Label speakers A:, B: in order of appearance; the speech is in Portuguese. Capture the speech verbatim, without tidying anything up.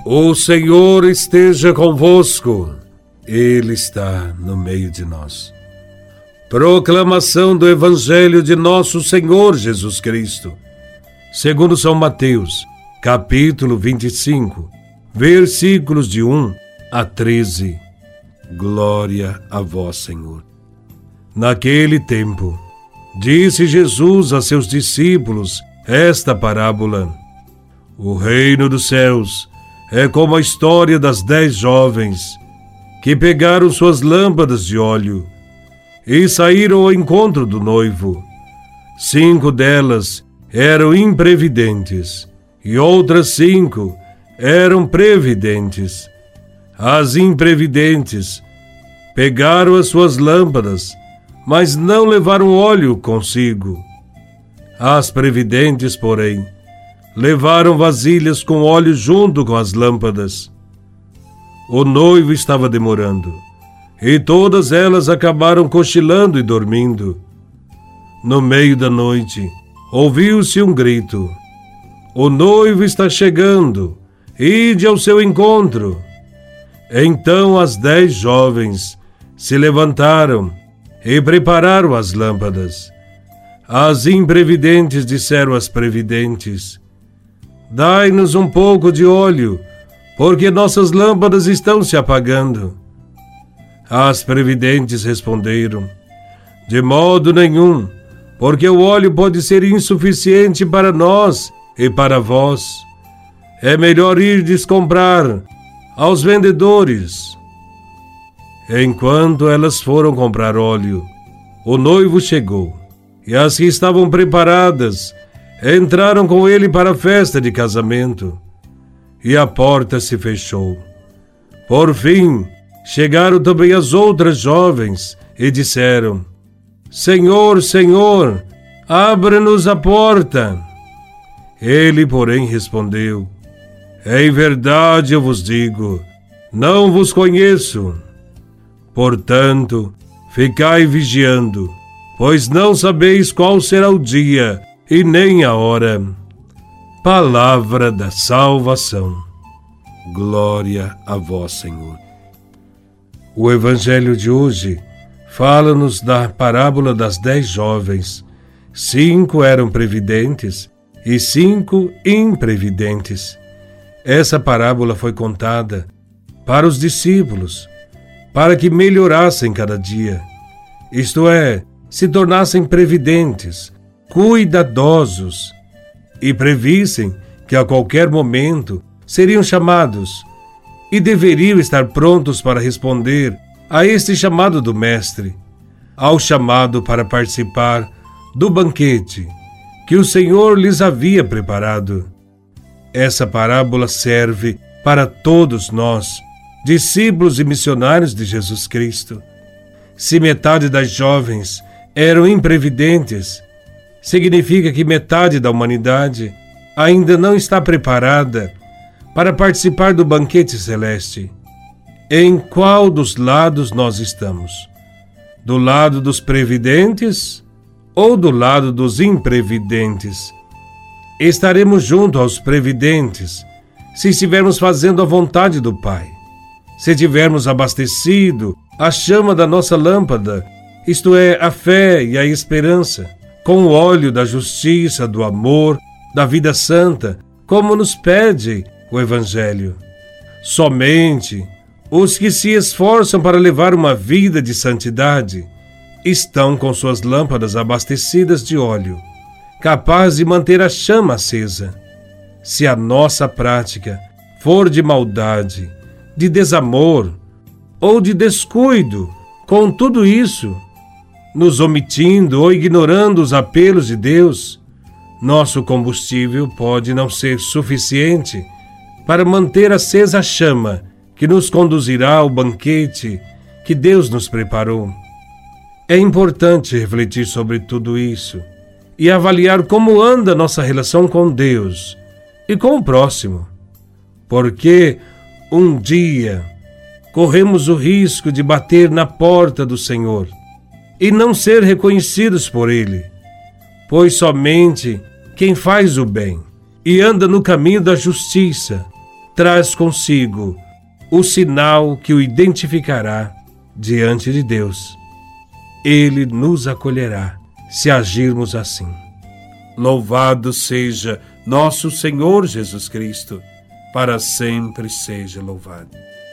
A: O Senhor esteja convosco, Ele está no meio de nós. Proclamação do Evangelho de nosso Senhor Jesus Cristo, segundo São Mateus, capítulo vinte e cinco, versículos de um a treze. Glória a vós, Senhor. Naquele tempo, disse Jesus a seus discípulos esta parábola: O reino dos céus é como a história das dez jovens que pegaram suas lâmpadas de óleo e saíram ao encontro do noivo. Cinco delas eram imprevidentes e outras cinco eram previdentes. As imprevidentes pegaram as suas lâmpadas, mas não levaram óleo consigo. As previdentes, porém, levaram vasilhas com óleo junto com as lâmpadas. O noivo estava demorando, e todas elas acabaram cochilando e dormindo. No meio da noite, ouviu-se um grito: O noivo está chegando, ide ao seu encontro. Então as dez jovens se levantaram e prepararam as lâmpadas. As imprevidentes disseram às previdentes: Dai-nos um pouco de óleo, porque nossas lâmpadas estão se apagando. As previdentes responderam: De modo nenhum, porque o óleo pode ser insuficiente para nós e para vós. É melhor irdes comprar aos vendedores. Enquanto elas foram comprar óleo, o noivo chegou, e as que estavam preparadas entraram com ele para a festa de casamento, e a porta se fechou. Por fim, chegaram também as outras jovens e disseram: Senhor, Senhor, abra-nos a porta. Ele, porém, respondeu: Em verdade eu vos digo, não vos conheço. Portanto, ficai vigiando, pois não sabeis qual será o dia e nem a hora. Palavra da salvação. Glória a vós, Senhor. O Evangelho de hoje fala-nos da parábola das dez jovens. Cinco eram previdentes e cinco imprevidentes. Essa parábola foi contada para os discípulos, para que melhorassem cada dia, isto é, se tornassem previdentes, cuidadosos, e previssem que a qualquer momento seriam chamados e deveriam estar prontos para responder a este chamado do Mestre, ao chamado para participar do banquete que o Senhor lhes havia preparado. Essa parábola serve para todos nós, discípulos e missionários de Jesus Cristo. Se metade das jovens eram imprevidentes, significa que metade da humanidade ainda não está preparada para participar do banquete celeste. Em qual dos lados nós estamos? Do lado dos previdentes ou do lado dos imprevidentes? Estaremos junto aos previdentes se estivermos fazendo a vontade do Pai, se tivermos abastecido a chama da nossa lâmpada, isto é, a fé e a esperança, com o óleo da justiça, do amor, da vida santa, como nos pede o Evangelho. Somente os que se esforçam para levar uma vida de santidade estão com suas lâmpadas abastecidas de óleo, capaz de manter a chama acesa. Se a nossa prática for de maldade, de desamor ou de descuido com tudo isso, nos omitindo ou ignorando os apelos de Deus, nosso combustível pode não ser suficiente para manter acesa a chama que nos conduzirá ao banquete que Deus nos preparou. É importante refletir sobre tudo isso e avaliar como anda nossa relação com Deus e com o próximo, porque um dia corremos o risco de bater na porta do Senhor e não ser reconhecidos por Ele, pois somente quem faz o bem e anda no caminho da justiça traz consigo o sinal que o identificará diante de Deus. Ele nos acolherá se agirmos assim. Louvado seja nosso Senhor Jesus Cristo, para sempre seja louvado.